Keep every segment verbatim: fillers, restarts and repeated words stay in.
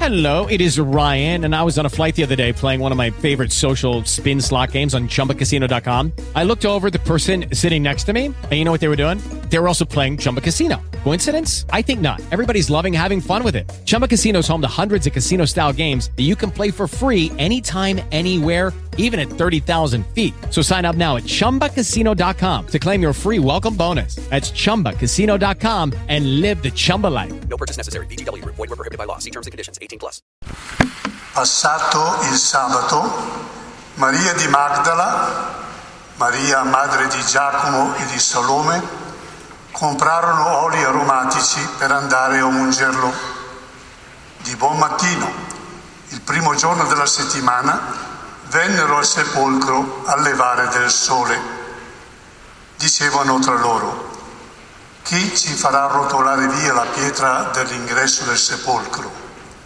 Hello, it is Ryan, and I was on a flight the other day playing one of my favorite social spin slot games on Chumba Casino dot com. I looked over at the person sitting next to me, and you know what they were doing? They were also playing Chumba Casino. Coincidence? I think not. Everybody's loving having fun with it. Chumba Casino is home to hundreds of casino-style games that you can play for free anytime, anywhere, even at thirty thousand feet. So sign up now at Chumba Casino dot com to claim your free welcome bonus. That's Chumba Casino dot com and live the Chumba life. No purchase necessary. V G W. Void where prohibited by law. See terms and conditions. eighteen plus. Passato il sabato, Maria di Magdala, Maria madre di Giacomo e di Salome, comprarono oli aromatici per andare a ungerlo. Di buon mattino, il primo giorno della settimana, vennero al sepolcro al levare del sole. Dicevano tra loro: chi ci farà rotolare via la pietra dell'ingresso del sepolcro?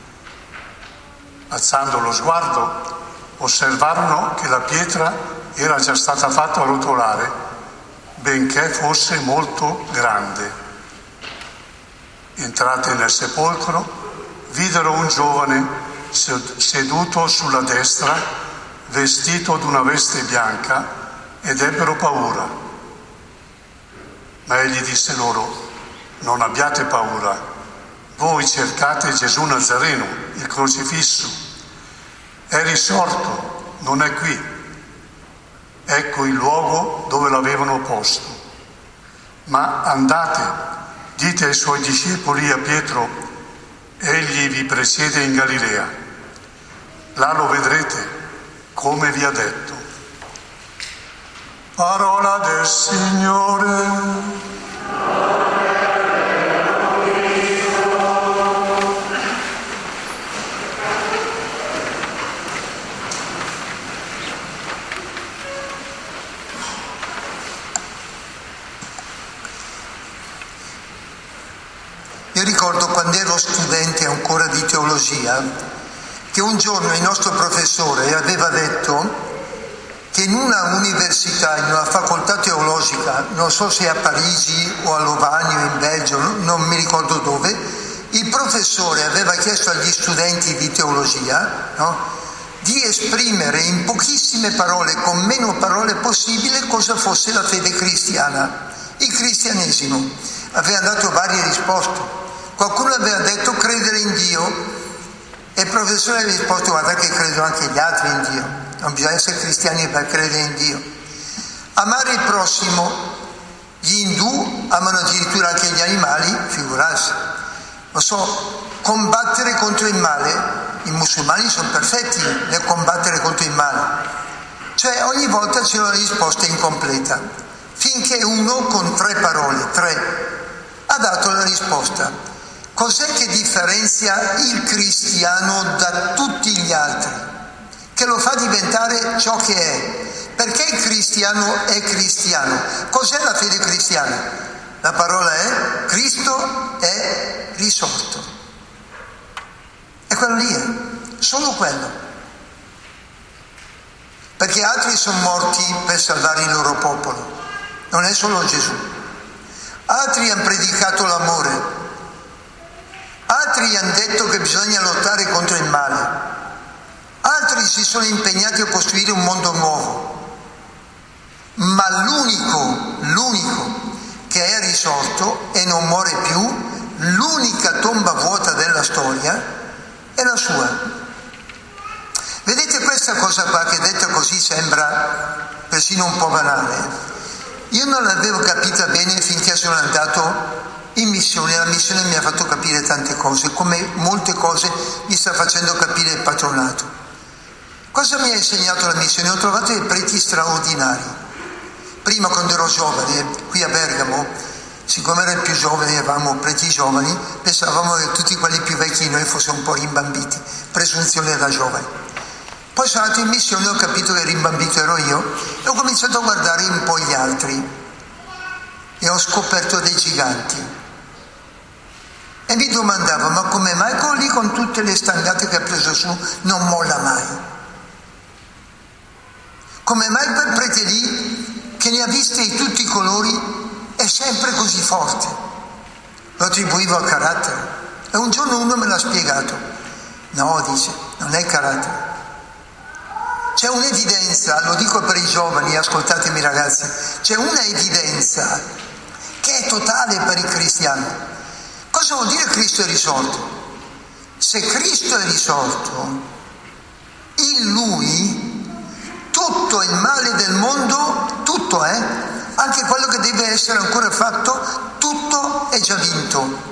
Alzando lo sguardo, osservarono che la pietra era già stata fatta rotolare, benché fosse molto grande. Entrate nel sepolcro, videro un giovane seduto sulla destra, vestito d'una veste bianca, ed ebbero paura. Ma egli disse loro: non abbiate paura, voi cercate Gesù Nazareno, il crocifisso. È risorto, non è qui. Ecco il luogo dove l'avevano posto. Ma andate, dite ai suoi discepoli e a Pietro: egli vi presiede in Galilea. Là lo vedrete, come vi ha detto. Parola del Signore. Io ricordo quando ero studente ancora di teologia che un giorno il nostro professore aveva detto che in una università, in una facoltà teologica, non so se a Parigi o a Lovani o in Belgio, non mi ricordo dove, il professore aveva chiesto agli studenti di teologia, no, di esprimere in pochissime parole, con meno parole possibile, cosa fosse la fede cristiana, il cristianesimo. Aveva dato varie risposte. Qualcuno aveva detto credere in Dio e il professore aveva risposto: guarda che credo anche gli altri in Dio, non bisogna essere cristiani per credere in Dio. Amare il prossimo, gli indù amano addirittura anche gli animali, figurarsi. Lo so, combattere contro il male, i musulmani sono perfetti nel combattere contro il male, cioè ogni volta c'è una risposta incompleta, finché uno con tre parole, tre, ha dato la risposta. Cos'è che differenzia il cristiano da tutti gli altri? Che lo fa diventare ciò che è? Perché il cristiano è cristiano? Cos'è la fede cristiana? La parola è: Cristo è risorto. E quello lì è, solo quello. Perché altri sono morti per salvare il loro popolo, non è solo Gesù. Altri hanno predicato l'amore. Altri hanno detto che bisogna lottare contro il male. Altri si sono impegnati a costruire un mondo nuovo. Ma l'unico, l'unico che è risorto e non muore più, l'unica tomba vuota della storia, è la sua. Vedete questa cosa qua che detta così sembra persino un po' banale? Io non l'avevo capita bene finché sono andato in missione. La missione mi ha fatto capire tante cose, come molte cose mi sta facendo capire il patronato. Cosa mi ha insegnato la missione? Ho trovato dei preti straordinari. Prima, quando ero giovane, qui a Bergamo, siccome ero il più giovane, eravamo preti giovani, pensavamo che tutti quelli più vecchi noi fossimo un po' rimbambiti, presunzione da giovani. Poi sono andato in missione e ho capito che rimbambito ero io e ho cominciato a guardare un po' gli altri e ho scoperto dei giganti. E mi domandavo: ma come mai quello lì con tutte le stangate che ha preso su non molla mai? Come mai quel prete lì, che ne ha viste di tutti i colori, è sempre così forte? Lo attribuivo al carattere. E un giorno uno me l'ha spiegato. No, dice, non è il carattere. C'è un'evidenza, lo dico per i giovani, ascoltatemi ragazzi, c'è una evidenza che è totale per i cristiani. Cosa vuol dire Cristo è risorto? Se Cristo è risorto, in Lui tutto il male del mondo, tutto è, anche quello che deve essere ancora fatto, tutto è già vinto.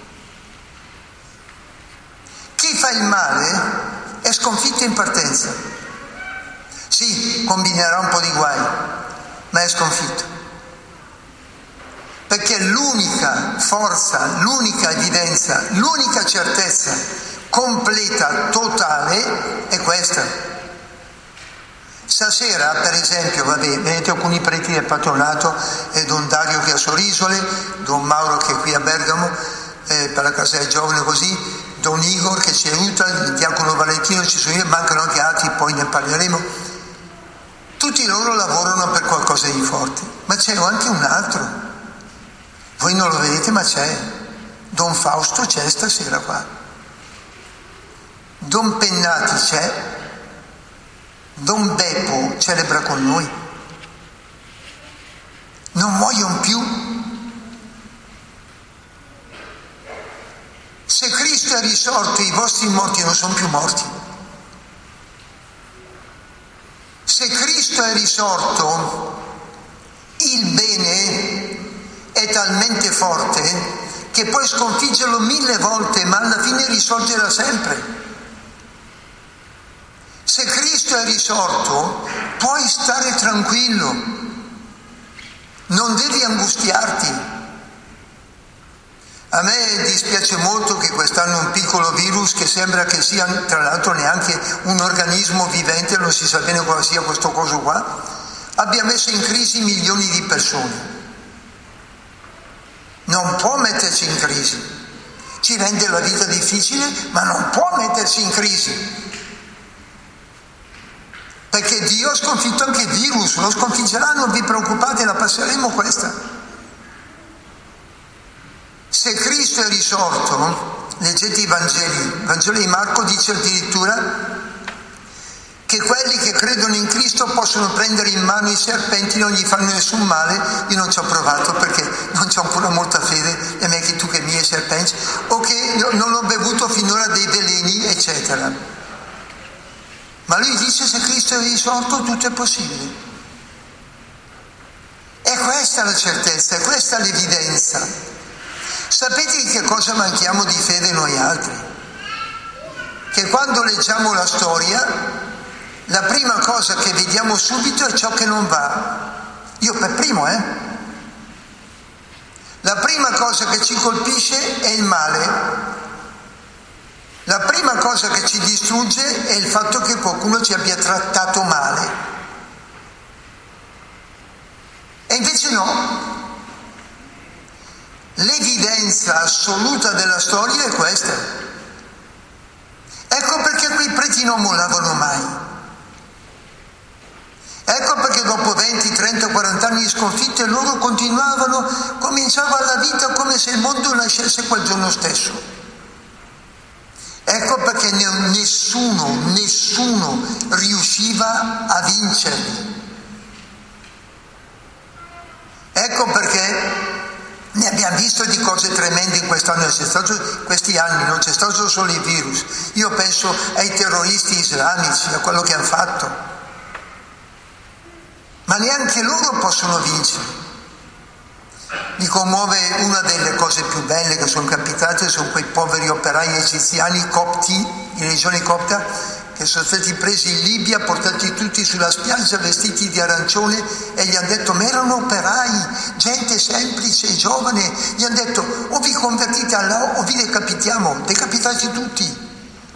Chi fa il male è sconfitto in partenza. Sì, combinerà un po' di guai, ma è sconfitto. Perché l'unica forza, l'unica evidenza, l'unica certezza completa, totale, è questa. Stasera, per esempio, vabbè, vedete alcuni preti del patronato, e Don Dario che è a Sorisole, Don Mauro che è qui a Bergamo, eh, per la casa del giovane così, Don Igor che ci aiuta, il diacono Valentino, ci sono io, mancano anche altri, poi ne parleremo. Tutti loro lavorano per qualcosa di forte, ma c'è anche un altro. Voi non lo vedete, ma c'è. Don Fausto c'è stasera qua. Don Pennati c'è. Don Beppo celebra con noi. Non muoiono più. Se Cristo è risorto, i vostri morti non sono più morti. Se Cristo è risorto, il bene è talmente forte che puoi sconfiggerlo mille volte, ma alla fine risorgerà sempre. Se Cristo è risorto, puoi stare tranquillo, non devi angustiarti. A me dispiace molto che quest'anno un piccolo virus, che sembra che sia tra l'altro neanche un organismo vivente, non si sa bene cosa sia questo coso qua, abbia messo in crisi milioni di persone. Non può metterci in crisi, ci rende la vita difficile, ma non può metterci in crisi. Perché Dio ha sconfitto anche il virus, lo sconfiggerà, non vi preoccupate, la passeremo questa. Se Cristo è risorto, leggete i Vangeli, il Vangelo di Marco dice addirittura che quelli che credono in Cristo possono prendere in mano i serpenti, non gli fanno nessun male. Io non ci ho provato perché non c'ho ancora molta fede, e me che tu che mi hai serpenti, o che non ho bevuto finora dei veleni, eccetera. Ma lui dice se Cristo è risorto tutto è possibile. E questa è la certezza, è questa l'evidenza. Sapete di che cosa manchiamo di fede noi altri? Che quando leggiamo la storia, la prima cosa che vediamo subito è ciò che non va. Io per primo, eh? La prima cosa che ci colpisce è il male. La prima cosa che ci distrugge è il fatto che qualcuno ci abbia trattato male. E invece no. L'evidenza assoluta della storia è questa. Ecco perché quei preti non mollavano mai. Ecco perché dopo venti, trenta, quaranta anni di sconfitte loro continuavano, cominciava la vita come se il mondo nascesse quel giorno stesso. Ecco perché nessuno, nessuno riusciva a vincerli. Ecco perché ne abbiamo visto di cose tremende in quest'anno, c'è stato, questi anni, non c'è stato solo il virus. Io penso ai terroristi islamici, a quello che hanno fatto. Ma neanche loro possono vincere. Mi commuove una delle cose più belle che sono capitate, sono quei poveri operai egiziani copti, di religione copta, che sono stati presi in Libia, portati tutti sulla spiaggia vestiti di arancione, e gli hanno detto, ma erano operai, gente semplice, giovane, gli hanno detto o vi convertite a Allah o vi decapitiamo, decapitate tutti.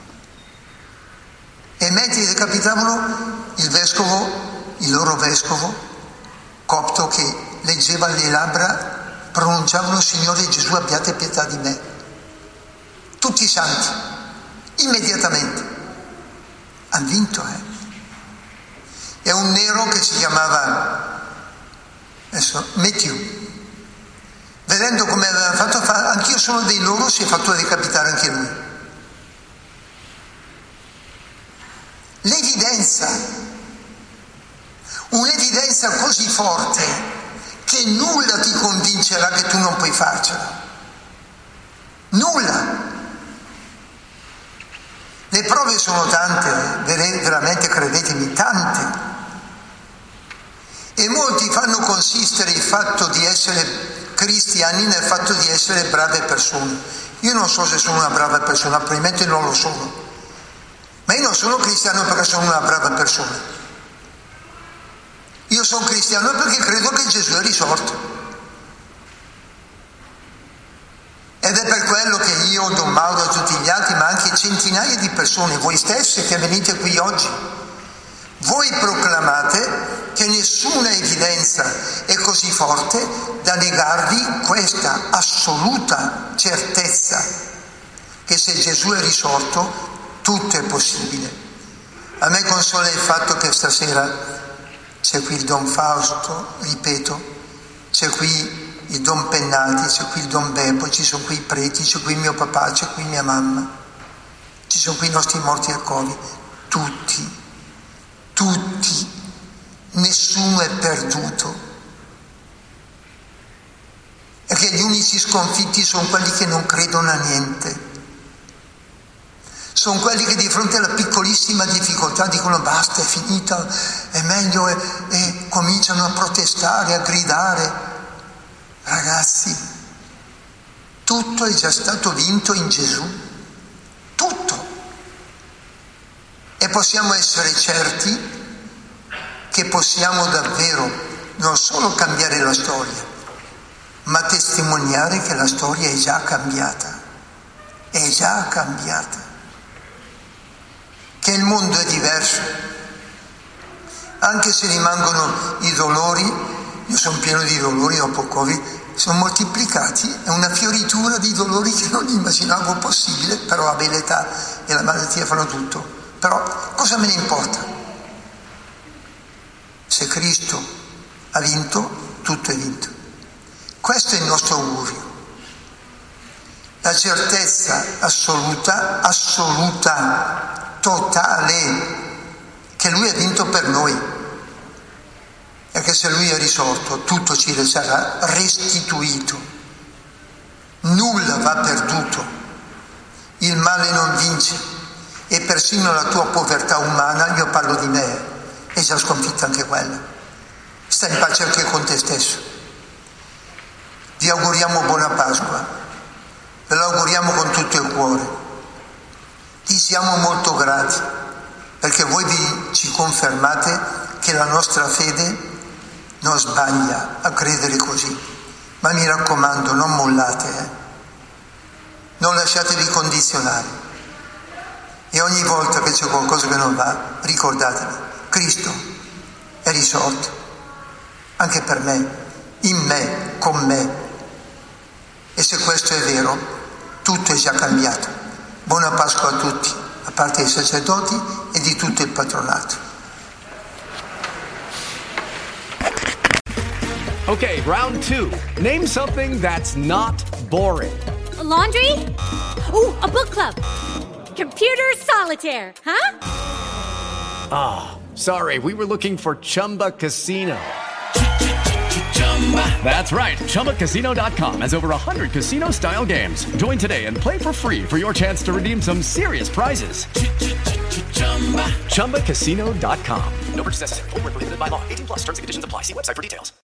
E mentre decapitavano, il vescovo, il loro vescovo copto che leggeva le labbra, pronunciavano Signore Gesù abbiate pietà di me. Tutti i santi, immediatamente. Hanno vinto, eh. E un nero che si chiamava adesso Matthew, vedendo come aveva fatto fare, anch'io sono dei loro, si è fatto decapitare anche lui. l'evidenza, un'evidenza così forte che nulla ti convincerà che tu non puoi farcela. Nulla. Le prove sono tante, veramente credetemi, tante. E molti fanno consistere il fatto di essere cristiani nel fatto di essere brave persone. Io non so se sono una brava persona, probabilmente non lo sono. Ma io non sono cristiano perché sono una brava persona. Io sono cristiano perché credo che Gesù è risorto. Ed è per quello che io, Don Mauro e tutti gli altri, ma anche centinaia di persone, voi stesse che venite qui oggi, voi proclamate che nessuna evidenza è così forte da negarvi questa assoluta certezza che se Gesù è risorto tutto è possibile. A me consola il fatto che stasera c'è qui il Don Fausto, ripeto, c'è qui il Don Pennati, c'è qui il Don Beppo, ci sono qui i preti, c'è qui mio papà, c'è qui mia mamma, ci sono qui i nostri morti al Covid, tutti, tutti, nessuno è perduto. E che gli unici sconfitti sono quelli che non credono a niente. Sono quelli che di fronte alla piccolissima difficoltà dicono basta, è finita, è meglio, e, e cominciano a protestare, a gridare. Ragazzi, tutto è già stato vinto in Gesù, tutto. E possiamo essere certi che possiamo davvero non solo cambiare la storia, ma testimoniare che la storia è già cambiata, è già cambiata, che il mondo è diverso, anche se rimangono i dolori. Io sono pieno di dolori dopo Covid, sono moltiplicati, è una fioritura di dolori che non immaginavo possibile, però vabbè, l'età e la malattia fanno tutto. Però cosa me ne importa? Se Cristo ha vinto, tutto è vinto. Questo è il nostro augurio. La certezza assoluta, assoluta, totale, che Lui ha vinto per noi. E che se Lui è risorto, tutto ci sarà restituito. Nulla va perduto. Il male non vince. E persino la tua povertà umana, io parlo di me, è già sconfitta anche quella. Stai in pace anche con te stesso. Vi auguriamo buona Pasqua. Ve lo auguriamo con tutto il cuore. Ti siamo molto grati perché voi vi, ci confermate che la nostra fede non sbaglia a credere così, ma mi raccomando, non mollate, eh? Non lasciatevi condizionare. E ogni volta che c'è qualcosa che non va, ricordatevi, Cristo è risorto, anche per me, in me, con me. E se questo è vero, tutto è già cambiato. Buona Pasqua a tutti, a parte i sacerdoti e di tutto il patronato. Okay, round two. Name something that's not boring. A laundry? Ooh, a book club. Computer solitaire, huh? Ah, oh, sorry, we were looking for Chumba Casino. That's right, Chumba Casino dot com has over one hundred casino-style games. Join today and play for free for your chance to redeem some serious prizes. Chumba Casino dot com. No purchase necessary. Void where prohibited by law. eighteen plus terms and conditions apply. See website for details.